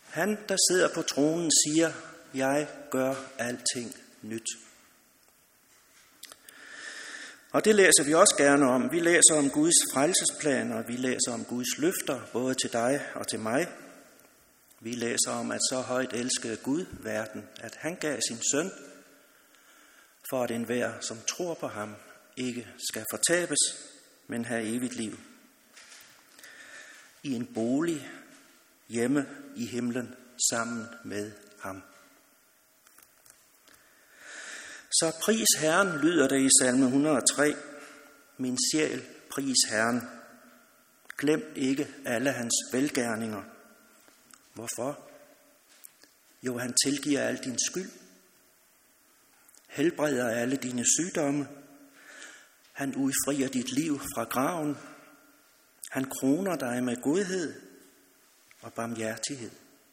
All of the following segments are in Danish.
Han, der sidder på tronen, siger, jeg gør alting nyt. Og det læser vi også gerne om. Vi læser om Guds frelsesplan, og vi læser om Guds løfter, både til dig og til mig. Vi læser om, at så højt elskede Gud verden, at han gav sin søn, for at enhver, som tror på ham, ikke skal fortabes, men have evigt liv. I en bolig hjemme i himlen sammen med ham. Så pris Herren, lyder det i salme 103. Min sjæl, pris Herren. Glem ikke alle hans velgerninger. Hvorfor? Jo, han tilgiver al din skyld. Helbreder alle dine sygdomme. Han udfrier dit liv fra graven. Han kroner dig med godhed og barmhjertighed.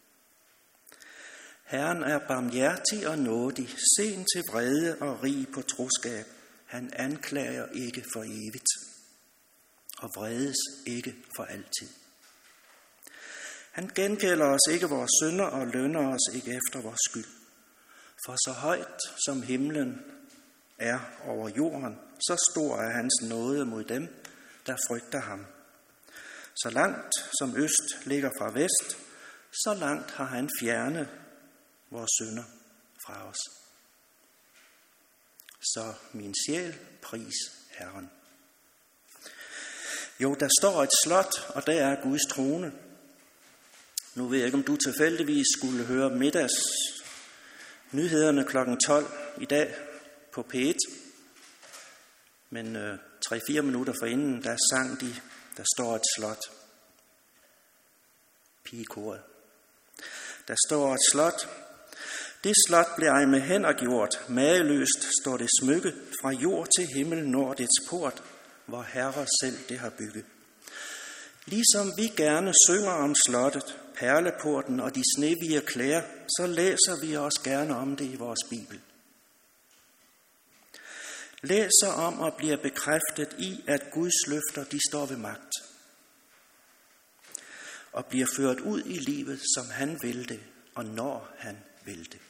Herren er barmhjertig og nådig, sen til vrede og rig på troskab. Han anklager ikke for evigt og vredes ikke for altid. Han gengælder os ikke vores synder og lønner os ikke efter vores skyld. For så højt som himlen er over jorden, så stor er hans nåde mod dem, der frygter ham. Så langt som øst ligger fra vest, så langt har han fjernet vores synder fra os. Så min sjæl, pris Herren. Jo, der står et slot, og der er Guds trone. Nu ved jeg ikke, om du tilfældigvis skulle høre nyhederne kl. 12 i dag på P1. Men 3-4 minutter forinden, der sang de, der står et slot. Pigekoret. Der står et slot. Det slot blev ej med hænder gjort. Mageløst står det smykke. Fra jord til himmel når dets port, hvor Herre selv det har bygget. Ligesom vi gerne synger om slottet, perleporten og de snehvide klæder, så læser vi også gerne om det i vores Bibel. Læser om og bliver bekræftet i, at Guds løfter, de står ved magt. Og bliver ført ud i livet, som han vil det, og når han vil det.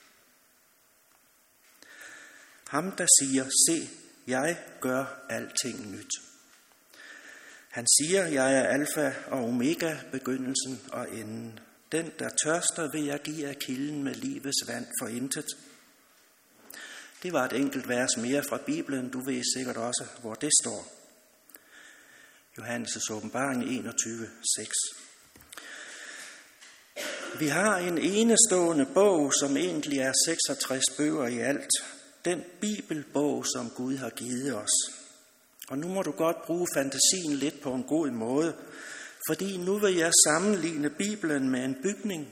Ham, der siger, se, jeg gør alting nyt. Han siger, jeg er alfa og omega, begyndelsen og enden. Den, der tørster, vil jeg give af kilden med livets vand for intet. Det var et enkelt vers mere fra Bibelen. Du ved sikkert også, hvor det står. Johannes' åbenbaring 21:6. Vi har en enestående bog, som egentlig er 66 bøger i alt. Den bibelbog, som Gud har givet os. Og nu må du godt bruge fantasien lidt på en god måde, fordi nu vil jeg sammenligne Bibelen med en bygning.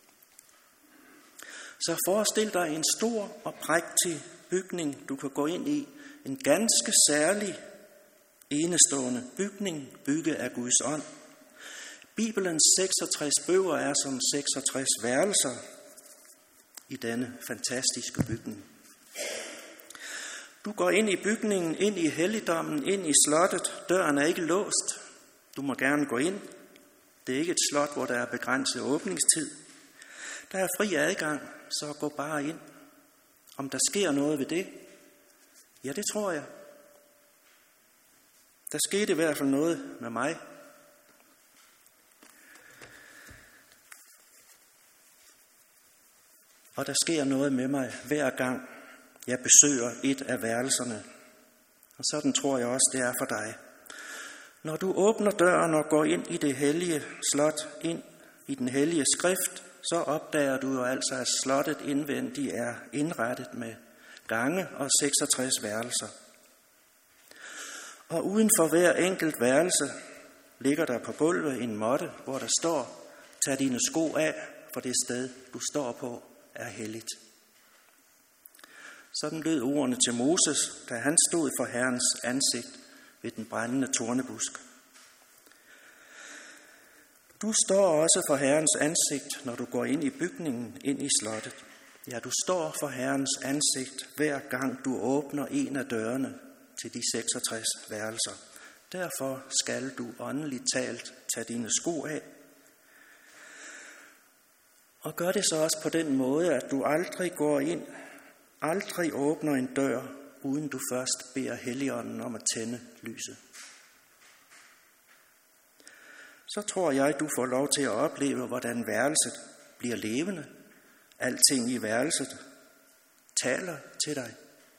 Så forestil dig en stor og prægtig bygning, du kan gå ind i. En ganske særlig, enestående bygning, bygget af Guds ånd. Bibelens 66 bøger er som 66 værelser i denne fantastiske bygning. Du går ind i bygningen, ind i helligdommen, ind i slottet. Døren er ikke låst. Du må gerne gå ind. Det er ikke et slot, hvor der er begrænset åbningstid. Der er fri adgang, så gå bare ind. Om der sker noget ved det? Ja, det tror jeg. Der skete i hvert fald noget med mig. Og der sker noget med mig hver gang jeg besøger et af værelserne. Og sådan tror jeg også, det er for dig. Når du åbner døren og går ind i det hellige slot, ind i den hellige skrift, så opdager du jo altså, at slottet indvendigt er indrettet med gange og 66 værelser. Og uden for hver enkelt værelse ligger der på gulvet en måtte, hvor der står, tag dine sko af, for det sted, du står på, er helligt. Sådan lød ordene til Moses, da han stod for Herrens ansigt ved den brændende tornebusk. Du står også for Herrens ansigt, når du går ind i bygningen, ind i slottet. Ja, du står for Herrens ansigt, hver gang du åbner en af dørene til de 66 værelser. Derfor skal du åndeligt talt tage dine sko af. Og gør det så også på den måde, at du aldrig går ind, aldrig åbner en dør, uden du først beder Helligånden om at tænde lyset. Så tror jeg, du får lov til at opleve, hvordan værelset bliver levende. Alting i værelset taler til dig.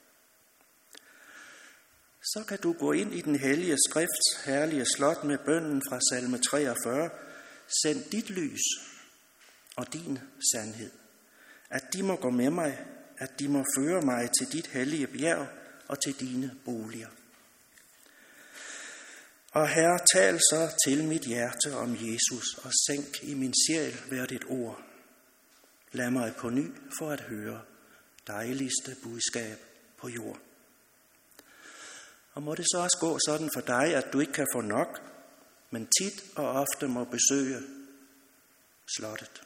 Så kan du gå ind i den hellige skrifts herlige slot med bønnen fra salme 43. Send dit lys og din sandhed. At de må gå med mig, at de må føre mig til dit hellige bjerg og til dine boliger. Og Herre, tal så til mit hjerte om Jesus, og sænk i min sjæl hvert et ord. Lad mig på ny for at høre dejligste budskab på jord. Og må det så også gå sådan for dig, at du ikke kan få nok, men tit og ofte må besøge slottet.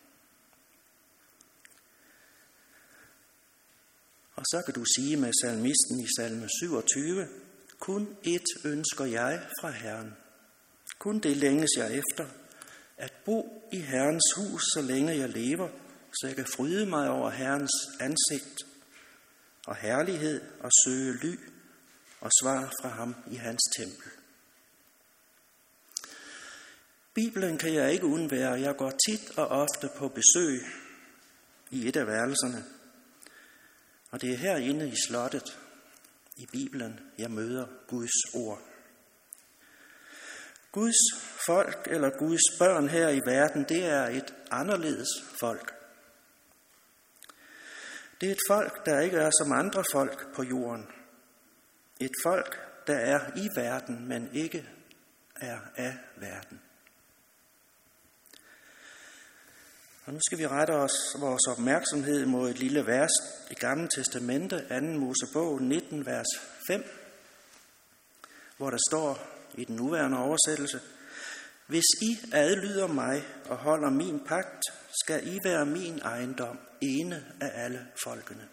Og så kan du sige med salmisten i salme 27, kun ét ønsker jeg fra Herren. Kun det længes jeg efter, at bo i Herrens hus, så længe jeg lever, så jeg kan fryde mig over Herrens ansigt og herlighed og søge ly og svar fra ham i hans tempel. Bibelen kan jeg ikke undvære. Jeg går tit og ofte på besøg i et af værelserne. Og det er herinde i slottet, i Bibelen, jeg møder Guds ord. Guds folk eller Guds børn her i verden, det er et anderledes folk. Det er et folk, der ikke er som andre folk på jorden. Et folk, der er i verden, men ikke er af verden. Og nu skal vi rette vores opmærksomhed mod et lille vers i Gamle Testamente, 2. Mosebog 19, vers 5, hvor der står i den nuværende oversættelse: Hvis I adlyder mig og holder min pagt, skal I være min ejendom, ene af alle folkene.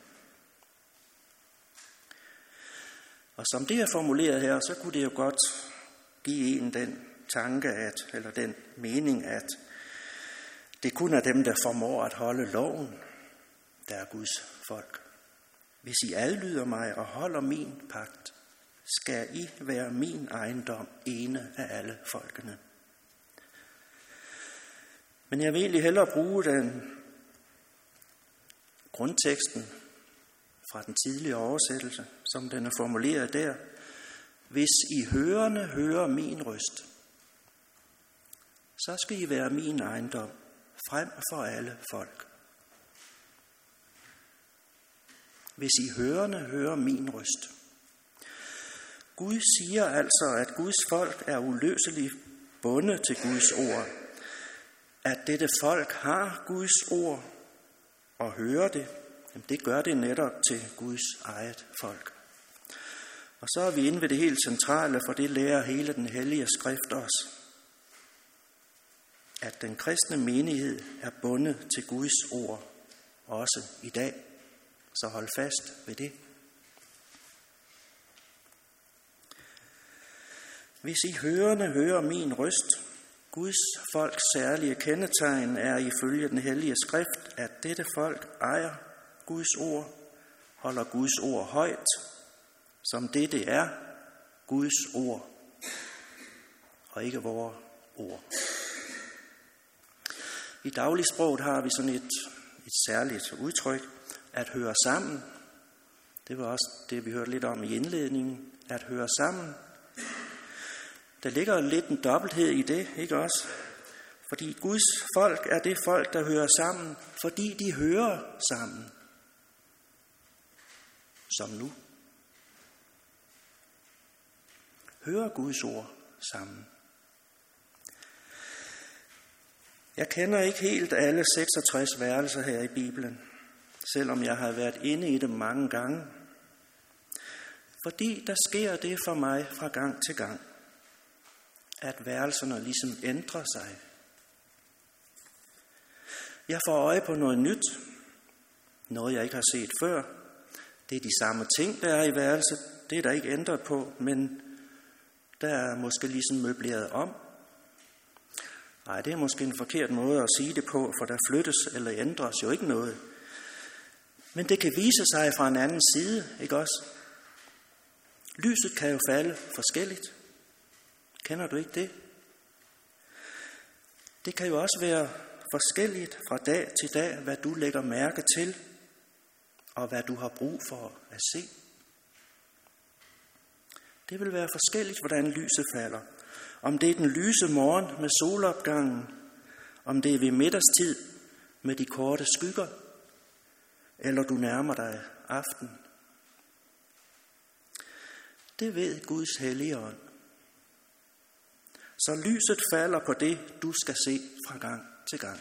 Og som det er formuleret her, så kunne det jo godt give en den tanke, eller den mening, at det kun er dem, der formår at holde loven, der er Guds folk. Hvis I adlyder mig og holder min pagt, skal I være min ejendom, ene af alle folkene. Men jeg vil egentlig hellere bruge den grundteksten fra den tidligere oversættelse, som den er formuleret der. Hvis I hørende hører min røst, så skal I være min ejendom, frem for alle folk. Hvis I hørende hører min røst. Gud siger altså, at Guds folk er uløseligt bundet til Guds ord. At dette folk har Guds ord og hører det, det gør det netop til Guds eget folk. Og så er vi inde ved det helt centrale, for det lærer hele den hellige skrift os. At den kristne menighed er bundet til Guds ord, også i dag. Så hold fast ved det. Hvis I hørende hører min røst, Guds folks særlige kendetegn er ifølge den hellige skrift, at dette folk ejer Guds ord, holder Guds ord højt, som det er, Guds ord, og ikke vores ord. I dagligsproget har vi sådan et særligt udtryk, at høre sammen. Det var også det, vi hørte lidt om i indledningen, at høre sammen. Der ligger lidt en dobbelthed i det, ikke også? Fordi Guds folk er det folk, der hører sammen, fordi de hører sammen. Som nu. Hører Guds ord sammen. Jeg kender ikke helt alle 66 værelser her i Bibelen, selvom jeg har været inde i dem mange gange. Fordi der sker det for mig fra gang til gang, at værelserne ligesom ændrer sig. Jeg får øje på noget nyt, noget jeg ikke har set før. Det er de samme ting, der er i værelset. Det er der ikke ændret på, men der er måske ligesom møbleret om. Nej, det er måske en forkert måde at sige det på, for der flyttes eller ændres jo ikke noget. Men det kan vise sig fra en anden side, ikke også? Lyset kan jo falde forskelligt. Kender du ikke det? Det kan jo også være forskelligt fra dag til dag, hvad du lægger mærke til, og hvad du har brug for at se. Det vil være forskelligt, hvordan lyset falder. Om det er den lyse morgen med solopgangen, om det er ved middagstid med de korte skygger, eller du nærmer dig aften. Det ved Guds hellige ånd. Så lyset falder på det, du skal se fra gang til gang.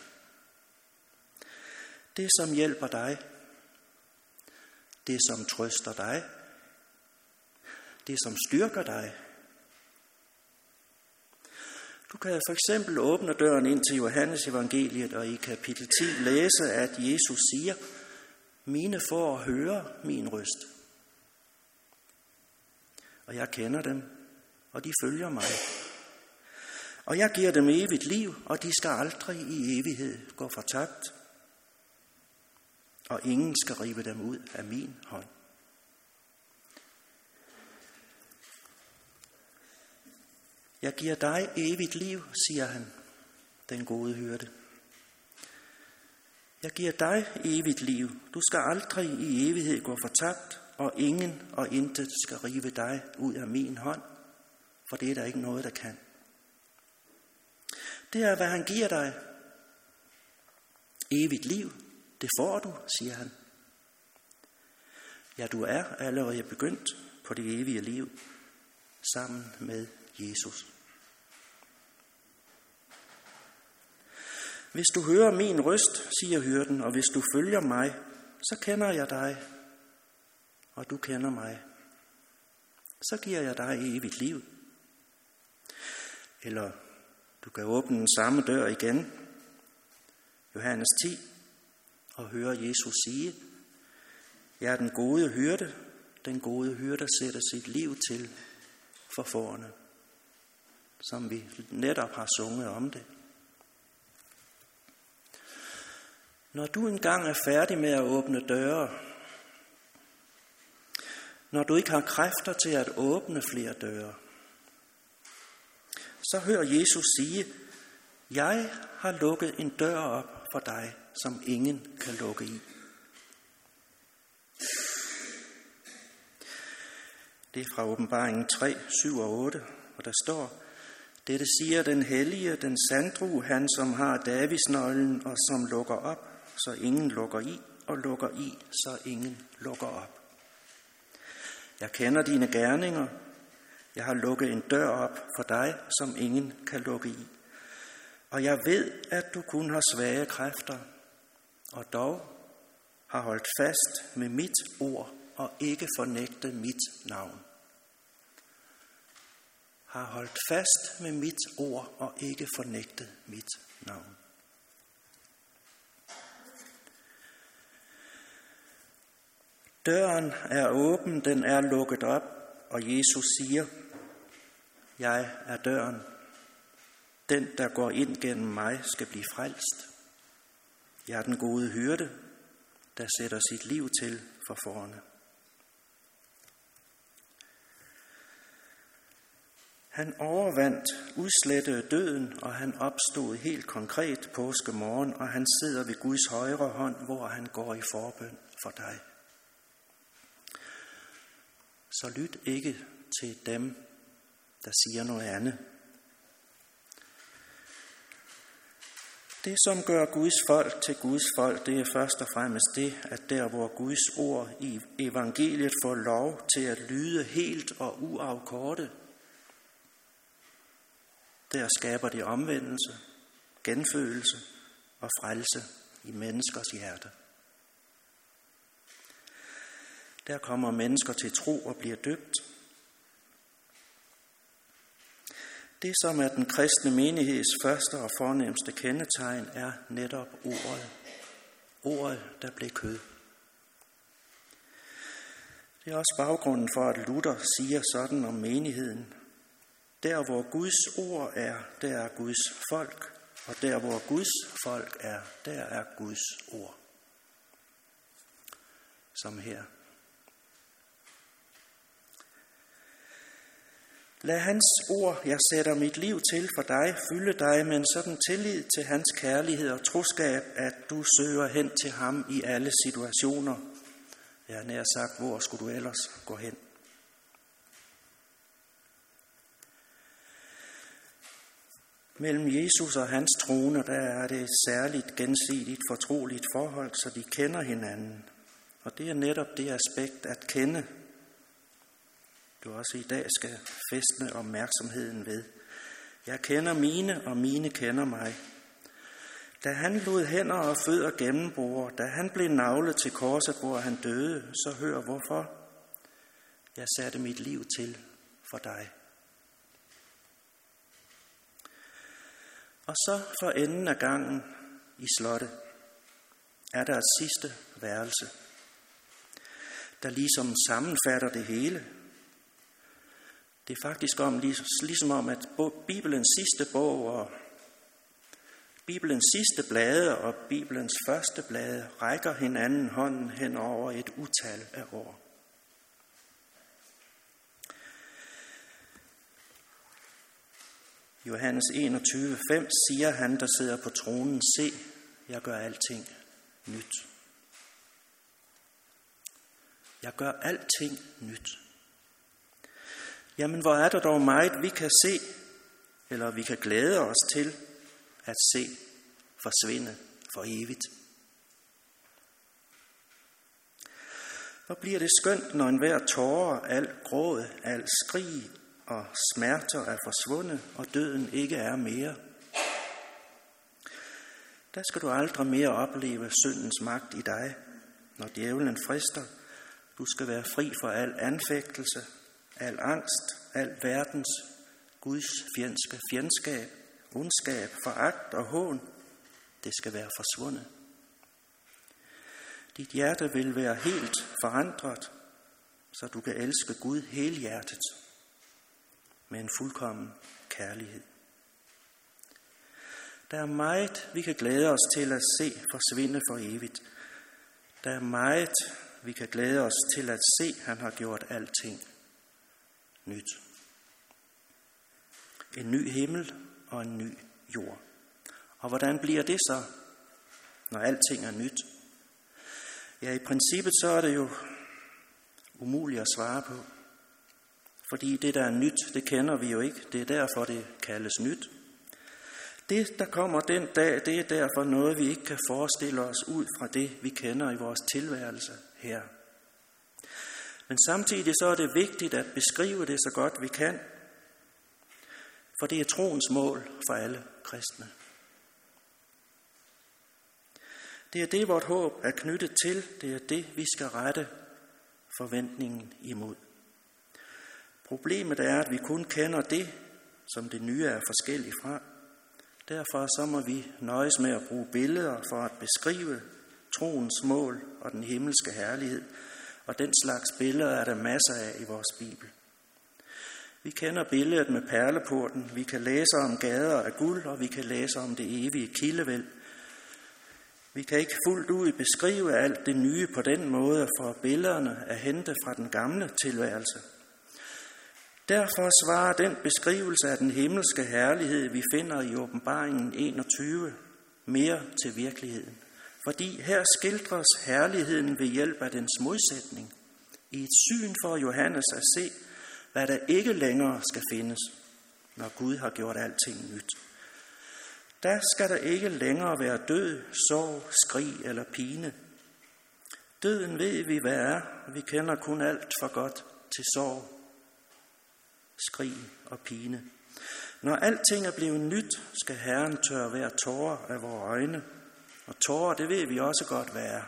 Det, som hjælper dig. Det, som trøster dig. Det, som styrker dig. Du kan for eksempel åbne døren ind til Johannes evangeliet og i kapitel 10 læse, at Jesus siger, mine får høre min røst. Og jeg kender dem, og de følger mig. Og jeg giver dem evigt liv, og de skal aldrig i evighed gå fortabt. Og ingen skal rive dem ud af min hånd. Jeg giver dig evigt liv, siger han, den gode hyrde. Jeg giver dig evigt liv. Du skal aldrig i evighed gå fortabt, og ingen og intet skal rive dig ud af min hånd, for det er der ikke noget, der kan. Det er, hvad han giver dig. Evigt liv, det får du, siger han. Ja, du er allerede begyndt på det evige liv, sammen med Jesus. Hvis du hører min røst, siger hyrden, og hvis du følger mig, så kender jeg dig, og du kender mig. Så giver jeg dig evigt liv. Eller du kan åbne den samme dør igen, Johannes 10, og høre Jesus sige, jeg er den gode hyrde, den gode hyrde sætter sit liv til for fårene, som vi netop har sunget om det. Når du engang er færdig med at åbne døre, når du ikke har kræfter til at åbne flere døre, så hør Jesus sige, jeg har lukket en dør op for dig, som ingen kan lukke i. Det er fra Åbenbaringen 3, 7 og 8, og der står, dette siger den hellige, den sandru, han som har Davidsnøglen og som lukker op, så ingen lukker i, og lukker i, så ingen lukker op. Jeg kender dine gerninger. Jeg har lukket en dør op for dig, som ingen kan lukke i. Og jeg ved, at du kun har svage kræfter, og dog har holdt fast med mit ord og ikke fornægtet mit navn. Har holdt fast med mit ord og ikke fornægtet mit navn. Døren er åben, den er lukket op, og Jesus siger, jeg er døren. Den, der går ind gennem mig, skal blive frelst. Jeg er den gode hyrde, der sætter sit liv til for fårene. Han overvandt, udslettede døden, og han opstod helt konkret påskemorgen, og han sidder ved Guds højre hånd, hvor han går i forbøn for dig. Så lyt ikke til dem, der siger noget andet. Det, som gør Guds folk til Guds folk, det er først og fremmest det, at der, hvor Guds ord i evangeliet får lov til at lyde helt og uafkortet, der skaber det omvendelse, genfødelse og frelse i menneskers hjerte. Der kommer mennesker til tro og bliver døbt. Det, som er den kristne menigheds første og fornemste kendetegn, er netop ordet. Ordet, der blev kød. Det er også baggrunden for, at Luther siger sådan om menigheden. Der, hvor Guds ord er, der er Guds folk. Og der, hvor Guds folk er, der er Guds ord. Som her. Lad hans ord, jeg sætter mit liv til for dig, fylde dig med en sådan tillid til hans kærlighed og troskab, at du søger hen til ham i alle situationer. Jeg har nær sagt, hvor skulle du ellers gå hen? Mellem Jesus og hans troende, der er det et særligt gensidigt fortroligt forhold, så de kender hinanden. Og det er netop det aspekt at kende, du også i dag skal fæstne opmærksomheden ved. Jeg kender mine, og mine kender mig. Da han lod hænder og fødder gennembore, da han blev naglet til korset, hvor han døde, så hør hvorfor. Jeg satte mit liv til for dig. Og så for enden af gangen i slottet er der et sidste værelse, der ligesom sammenfatter det hele. Det er faktisk ligesom om, at Bibelens sidste bog og Bibelens sidste blade og Bibelens første blade rækker hinanden hånden hen over et utal af år. Johannes 21:5 siger han, der sidder på tronen, se, jeg gør alting nyt. Jeg gør alting nyt. Jamen, hvor er der dog meget, vi kan se, eller vi kan glæde os til at se forsvinde for evigt. Hvor bliver det skønt, når enhver tårer, al gråd, al skrig og smerter er forsvundet, og døden ikke er mere. Der skal du aldrig mere opleve syndens magt i dig, når djævlen frister. Du skal være fri for al anfægtelse, al angst, al verdens, Guds fjendske fjendskab, ondskab, foragt og hån. Det skal være forsvundet. Dit hjerte vil være helt forandret, så du kan elske Gud helhjertet med en fuldkommen kærlighed. Der er meget, vi kan glæde os til at se forsvinde for evigt. Der er meget, vi kan glæde os til at se, han har gjort alting nyt. En ny himmel og en ny jord. Og hvordan bliver det så, når alting er nyt? Ja, i princippet så er det jo umuligt at svare på. Fordi det, der er nyt, det kender vi jo ikke. Det er derfor, det kaldes nyt. Det, der kommer den dag, det er derfor noget, vi ikke kan forestille os ud fra det, vi kender i vores tilværelse her. Men samtidig så er det vigtigt at beskrive det så godt vi kan, for det er troens mål for alle kristne. Det er det, vort håb er knyttet til. Det er det, vi skal rette forventningen imod. Problemet er, at vi kun kender det, som det nye er forskelligt fra. Derfor så må vi nøjes med at bruge billeder for at beskrive troens mål og den himmelske herlighed. Og den slags billeder er der masser af i vores Bibel. Vi kender billedet med perleporten, vi kan læse om gader af guld, og vi kan læse om det evige kildevæld. Vi kan ikke fuldt ud beskrive alt det nye på den måde, for billederne er hentet fra den gamle tilværelse. Derfor svarer den beskrivelse af den himmelske herlighed, vi finder i Åbenbaringen 21, mere til virkeligheden. Fordi her skildres herligheden ved hjælp af dens modsætning. I et syn for Johannes at se, hvad der ikke længere skal findes, når Gud har gjort alting nyt. Der skal der ikke længere være død, sorg, skrig eller pine. Døden ved vi, hvad er. Vi kender kun alt for godt til sorg, skrig og pine. Når alting er blevet nyt, skal Herren tørre hver tårer af vores øjne. Og tårer, det ved vi også godt, hvad er.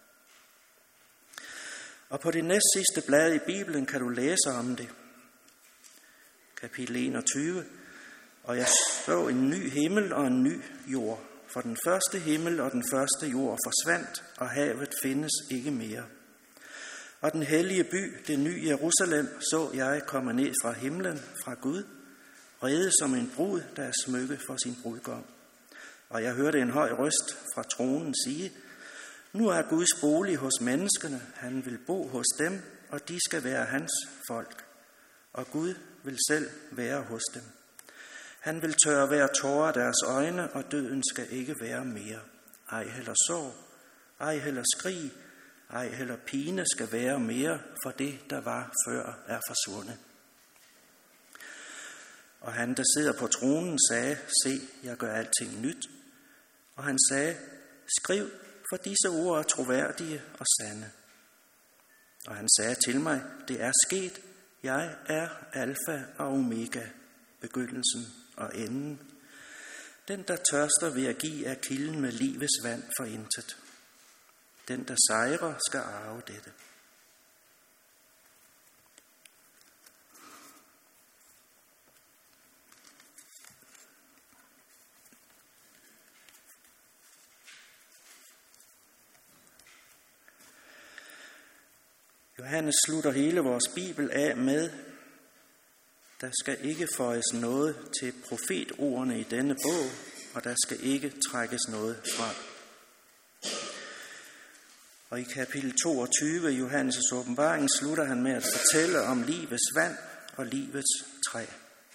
Og på det næstsidste blad i Bibelen kan du læse om det. Kapitel 21. Og jeg så en ny himmel og en ny jord. For den første himmel og den første jord forsvandt, og havet findes ikke mere. Og den hellige by, det nye Jerusalem, så jeg komme ned fra himlen, fra Gud, rede som en brud, der er smykke for sin brudgom. og jeg hørte en høj røst fra tronen sige, nu er Guds bolig hos menneskene, han vil bo hos dem, og de skal være hans folk, og Gud vil selv være hos dem. Han vil tørre hver tåre af deres øjne, og døden skal ikke være mere. Ej heller sorg, ej heller skrig, ej heller pine skal være mere, for det, der var før, er forsvundet. Og han, der sidder på tronen, sagde, se, jeg gør alting nyt. Og han sagde, skriv, for disse ord er troværdige og sande. Og han sagde til mig, det er sket, jeg er alfa og omega, begyndelsen og enden. Den, der tørster ved at give, er kilden med livets vand for intet. Den, der sejrer, skal arve dette. Johannes slutter hele vores Bibel af med, der skal ikke føjes noget til profetordene i denne bog, og der skal ikke trækkes noget fra. Og i kapitel 22 i Johannes' åbenbaring slutter han med at fortælle om livets vand og livets træ.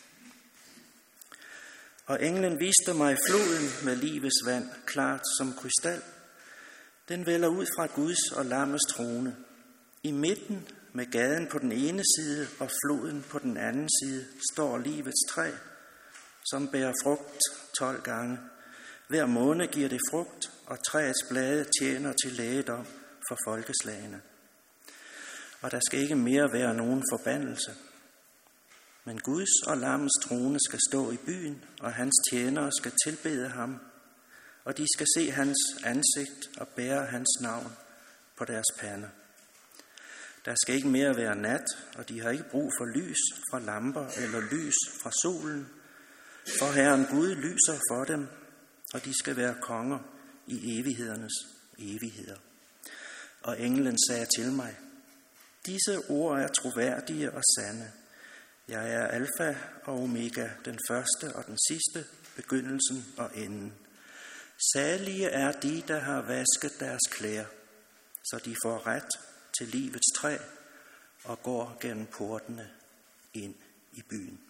Og englen viste mig floden med livets vand, klart som krystal. Den vælder ud fra Guds og Lammets trone. I midten med gaden på den ene side og floden på den anden side står livets træ, som bærer frugt 12 gange. Hver måned giver det frugt, og træets blade tjener til lægedom for folkeslagene. Og der skal ikke mere være nogen forbandelse. Men Guds og Lammets trone skal stå i byen, og hans tjenere skal tilbede ham, og de skal se hans ansigt og bære hans navn på deres pande. Der skal ikke mere være nat, og de har ikke brug for lys fra lamper eller lys fra solen, for Herren Gud lyser for dem, og de skal være konger i evighedernes evigheder. Og englen sagde til mig, disse ord er troværdige og sande. Jeg er alfa og omega, den første og den sidste, begyndelsen og enden. Salige er de, der har vasket deres klæder, så de får ret til livets træ og går gennem portene ind i byen.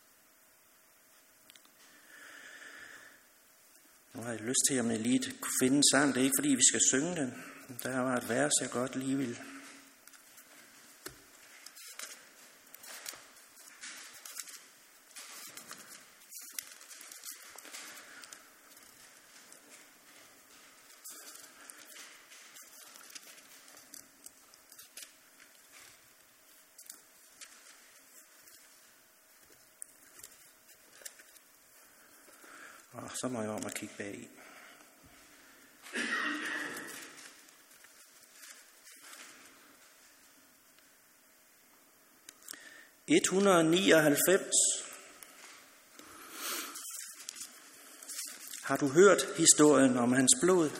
Nu har jeg lyst til, at jeg lige kunne finde en sang. Det er ikke, fordi vi skal synge den. Der var et vers, jeg godt lige ville. Og så må jeg om at kigge bag i. (199) Har du hørt historien om hans blod?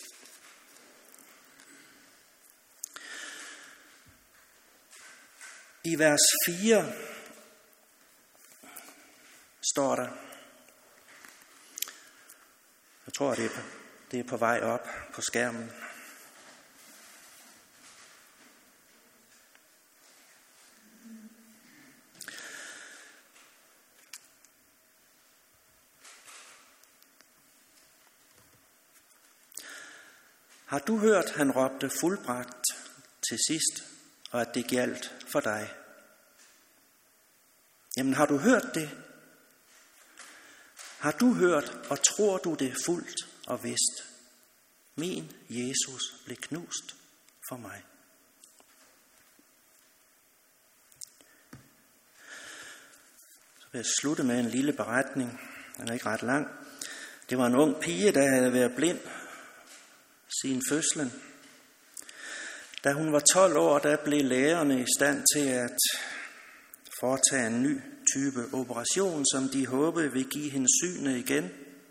I vers 4 står der, jeg tror, det er på vej op på skærmen. Har du hørt, han råbte fuldbragt til sidst, og at det gjaldt for dig? Jamen, har du hørt det? Har du hørt, og tror du det fuldt og vist? Min Jesus blev knust for mig. Så vil jeg slutte med en lille beretning. Den er ikke ret lang. Det var en ung pige, der havde været blind siden fødslen. Da hun var 12 år, der blev lægerne i stand til at foretage en ny type operation, som de håbede ville give hende synet igen.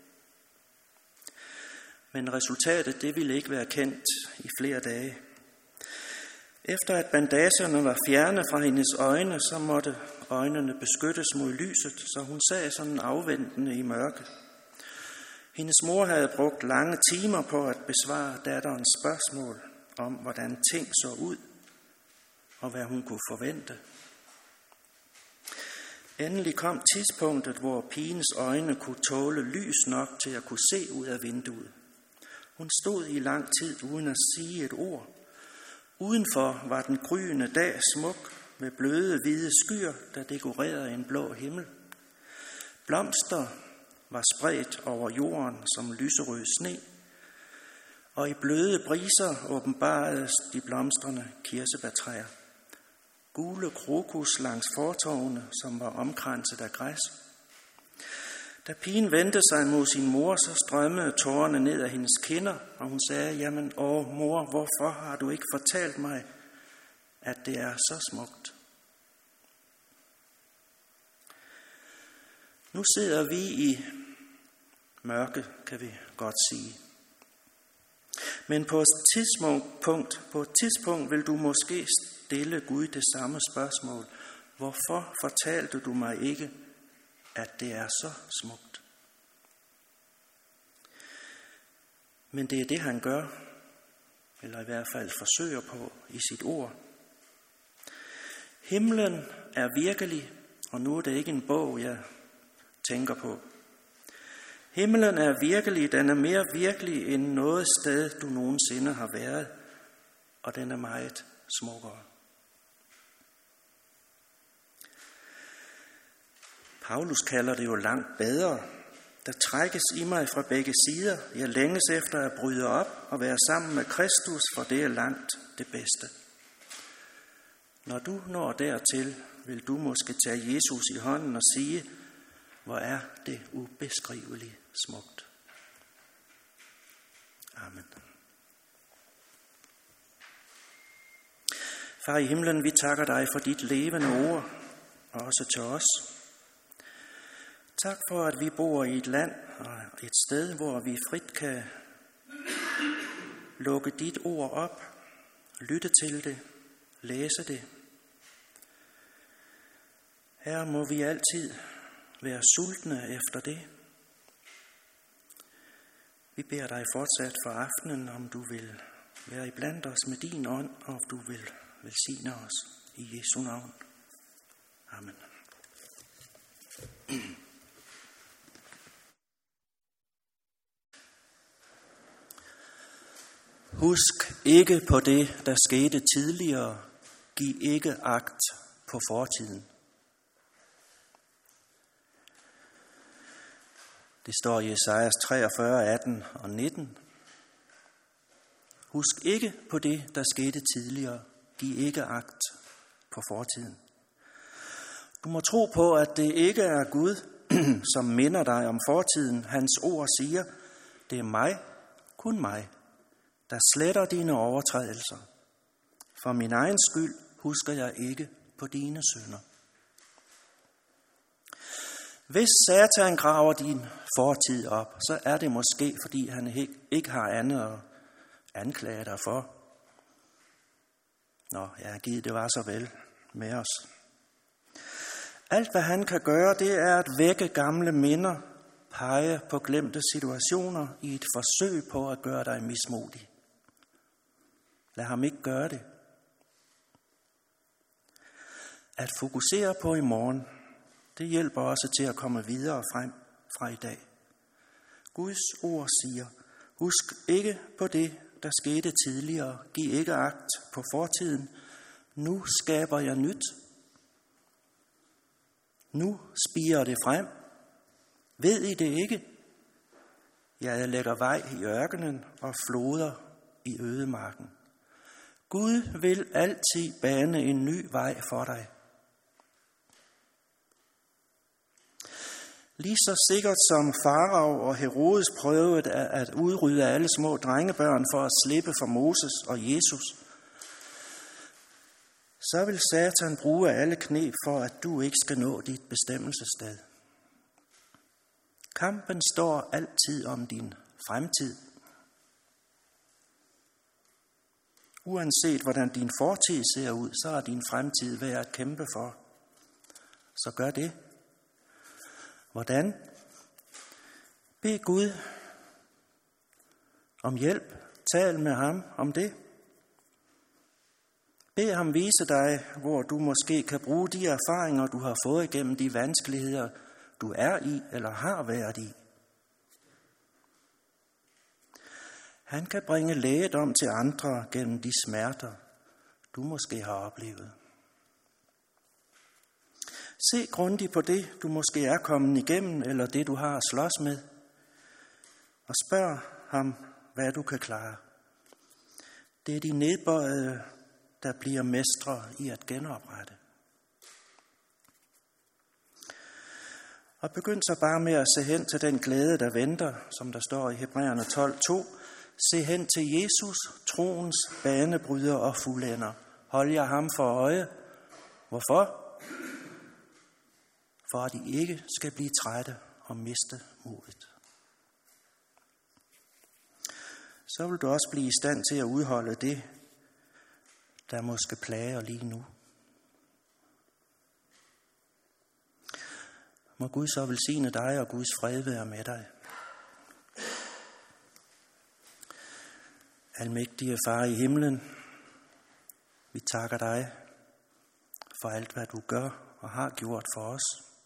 Men resultatet, det ville ikke være kendt i flere dage. Efter at bandagerne var fjernet fra hendes øjne, så måtte øjnene beskyttes mod lyset, så hun sad sådan afventende i mørket. Hendes mor havde brugt lange timer på at besvare datterens spørgsmål om, hvordan ting så ud, og hvad hun kunne forvente. Endelig kom tidspunktet, hvor pigens øjne kunne tåle lys nok til at kunne se ud af vinduet. Hun stod i lang tid uden at sige et ord. Udenfor var den gryende dag smuk med bløde hvide skyer, der dekorerede en blå himmel. Blomster var spredt over jorden som lyserød sne, og i bløde briser åbenbaredes de blomstrende kirsebærtræer. Gule krokus langs fortovene, som var omkranset af græs. Da pigen vendte sig mod sin mor, så strømmede tårerne ned af hendes kinder, og hun sagde, jamen, mor, hvorfor har du ikke fortalt mig, at det er så smukt? Nu sidder vi i mørke, kan vi godt sige. Men på et tidspunkt vil du måske stille Gud det samme spørgsmål. Hvorfor fortalte du mig ikke, at det er så smukt? Men det er det, han gør, eller i hvert fald forsøger på i sit ord. Himlen er virkelig, og nu er det ikke en bog, jeg tænker på. Himlen er virkelig, den er mere virkelig end noget sted, du nogensinde har været, og den er meget smukkere. Paulus kalder det jo langt bedre. Der trækkes i mig fra begge sider. Jeg længes efter at bryde op og være sammen med Kristus, for det er langt det bedste. Når du når dertil, vil du måske tage Jesus i hånden og sige, hvor er det ubeskriveligt smukt. Amen. Far i himlen, vi takker dig for dit levende ord, og også til os. Tak for, at vi bor i et land og et sted, hvor vi frit kan lukke dit ord op, lytte til det, læse det. Her må vi altid være sultne efter det. Vi beder dig fortsat for aftenen, om du vil være iblandt os med din ånd, og du vil velsigne os i Jesu navn. Amen. Husk ikke på det, der skete tidligere. Giv ikke agt på fortiden. Det står i Esajas 43, 18 og 19. Husk ikke på det, der skete tidligere. Giv ikke agt på fortiden. Du må tro på, at det ikke er Gud, som minder dig om fortiden. Hans ord siger, det er mig, kun mig, der sletter dine overtrædelser. For min egen skyld husker jeg ikke på dine synder. Hvis Satan graver din fortid op, så er det måske, fordi han ikke har andet at anklage dig for. Nå, jeg har givet det var så vel med os. Alt, hvad han kan gøre, det er at vække gamle minder, pege på glemte situationer i et forsøg på at gøre dig mismodig. Lad ham ikke gøre det. At fokusere på i morgen, det hjælper også til at komme videre frem fra i dag. Guds ord siger, husk ikke på det, der skete tidligere. Giv ikke agt på fortiden. Nu skaber jeg nyt. Nu spirer det frem. Ved I det ikke? Jeg lægger vej i ørkenen og floder i ødemarken. Gud vil altid bane en ny vej for dig. Lige så sikkert som Farao og Herodes prøvede at udrydde alle små drengebørn for at slippe for Moses og Jesus, så vil Satan bruge alle kneb for, at du ikke skal nå dit bestemmelsessted. Kampen står altid om din fremtid. Uanset hvordan din fortid ser ud, så er din fremtid værd at kæmpe for. Så gør det. Hvordan? Bed Gud om hjælp. Tal med ham om det. Bed ham vise dig, hvor du måske kan bruge de erfaringer, du har fået igennem de vanskeligheder, du er i eller har været i. Han kan bringe lægedom til andre gennem de smerter, du måske har oplevet. Se grundigt på det, du måske er kommet igennem, eller det, du har at slås med, og spørg ham, hvad du kan klare. Det er de nedbøjede, der bliver mestre i at genoprette. Og begynd så bare med at se hen til den glæde, der venter, som der står i Hebræerne 12:2. Se hen til Jesus, troens banebryder og fuldender. Hold jer ham for øje. Hvorfor? For at I ikke skal blive trætte og miste modet. Så vil du også blive i stand til at udholde det, der måske plager lige nu. Må Gud så velsigne dig, og Guds fred være med dig. Almægtige Far i himlen, vi takker dig for alt, hvad du gør og har gjort for os.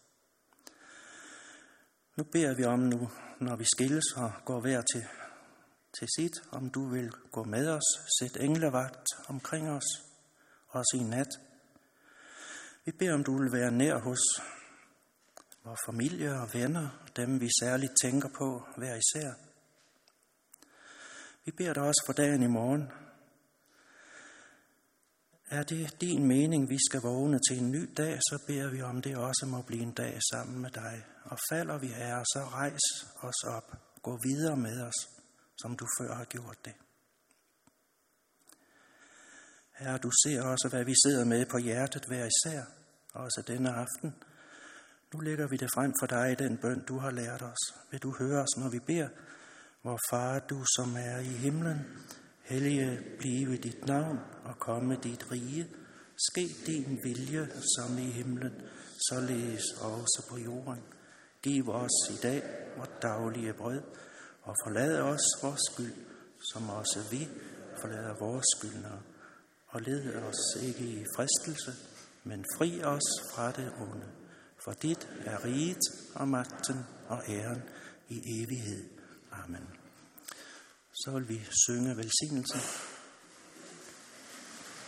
Nu beder vi om nu, når vi skilles og går hver til sit, om du vil gå med os, sæt englevagt omkring os, også i nat. Vi beder om du vil være nær hos vores familie og venner, dem vi særligt tænker på hver især. Vi beder dig også for dagen i morgen. Er det din mening, vi skal vågne til en ny dag, så beder vi om det også må blive en dag sammen med dig. Og falder vi, Herre, så rejs os op. Gå videre med os, som du før har gjort det. Herre, du ser også, hvad vi sidder med på hjertet hver især, også denne aften. Nu lægger vi det frem for dig i den bøn, du har lært os. Vil du høre os, når vi beder? Vor Far, du som er i himlen, hellige blive dit navn og komme dit rige. Ske din vilje som i himlen, således også på jorden. Giv os i dag vort daglige brød, og forlad os vores skyld, som også vi forlader vores skyldnere. Og led os ikke i fristelse, men fri os fra det onde. For dit er riget og magten og æren i evighed. Amen. Så vil vi synge velsignelsen.